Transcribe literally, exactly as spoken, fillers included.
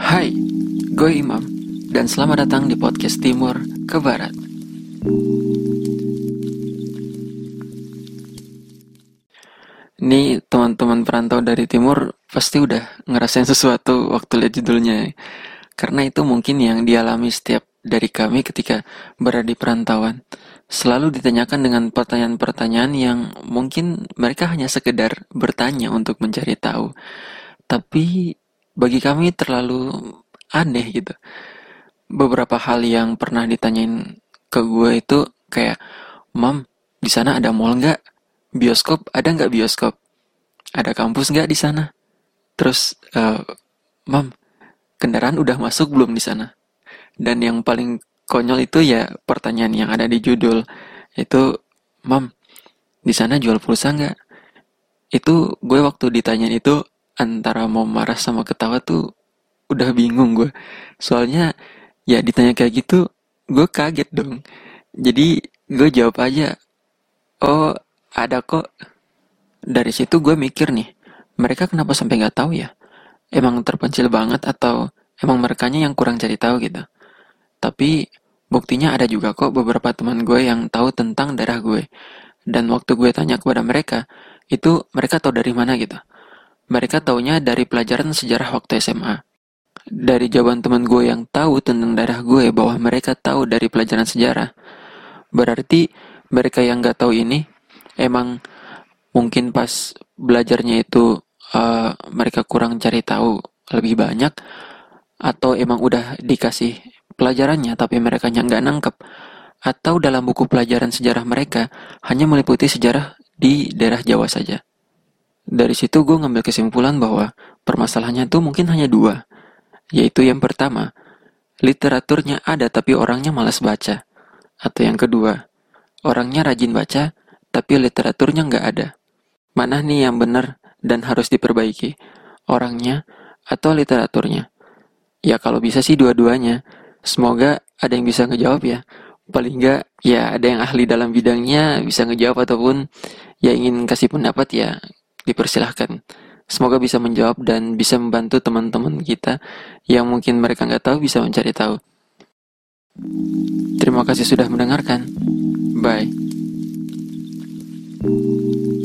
Hai, gue Imam, dan selamat datang di podcast Timur ke Barat. Nih teman-teman perantau dari Timur pasti udah ngerasain sesuatu waktu lihat judulnya. Karena itu mungkin yang dialami setiap dari kami ketika berada di perantauan. Selalu ditanyakan dengan pertanyaan-pertanyaan yang mungkin mereka hanya sekedar bertanya untuk mencari tahu. Tapi bagi kami terlalu aneh gitu. Beberapa hal yang pernah ditanyain ke gue itu kayak, Mam, di sana ada mall nggak? Bioskop ada nggak bioskop? Ada kampus nggak di sana? Terus, eh, Mam, kendaraan udah masuk belum di sana? Dan yang paling konyol itu ya pertanyaan yang ada di judul itu, Mam, di sana jual pulsa nggak? Itu gue waktu ditanyain itu antara mau marah sama ketawa tuh udah bingung gue. Soalnya ya ditanya kayak gitu, gue kaget dong. Jadi gue jawab aja, oh ada kok. Dari situ gue mikir nih, mereka kenapa sampai nggak tahu ya? Emang terpencil banget atau emang merekanya yang kurang cari tahu gitu? Tapi buktinya ada juga kok beberapa teman gue yang tahu tentang daerah gue. Dan waktu gue tanya kepada mereka, itu mereka tahu dari mana gitu. Mereka taunya dari pelajaran sejarah waktu S M A. Dari jawaban teman gue yang tahu tentang daerah gue bahwa mereka tahu dari pelajaran sejarah, berarti mereka yang nggak tahu ini emang mungkin pas belajarnya itu uh, mereka kurang cari tahu lebih banyak, atau emang udah dikasih pelajarannya tapi mereka nggak nangkep, atau dalam buku pelajaran sejarah mereka hanya meliputi sejarah di daerah Jawa saja. Dari situ gue ngambil kesimpulan bahwa permasalahannya tuh mungkin hanya dua, yaitu yang pertama, literaturnya ada tapi orangnya malas baca. Atau yang kedua, orangnya rajin baca tapi literaturnya nggak ada. Mana nih yang benar dan harus diperbaiki? Orangnya atau literaturnya? Ya kalau bisa sih dua-duanya. Semoga ada yang bisa ngejawab ya. Paling nggak ya ada yang ahli dalam bidangnya bisa ngejawab, ataupun ya ingin kasih pendapat ya dipersilahkan. Semoga bisa menjawab dan bisa membantu teman-teman kita yang mungkin mereka nggak tahu bisa mencari tahu. Terima kasih sudah mendengarkan. Bye.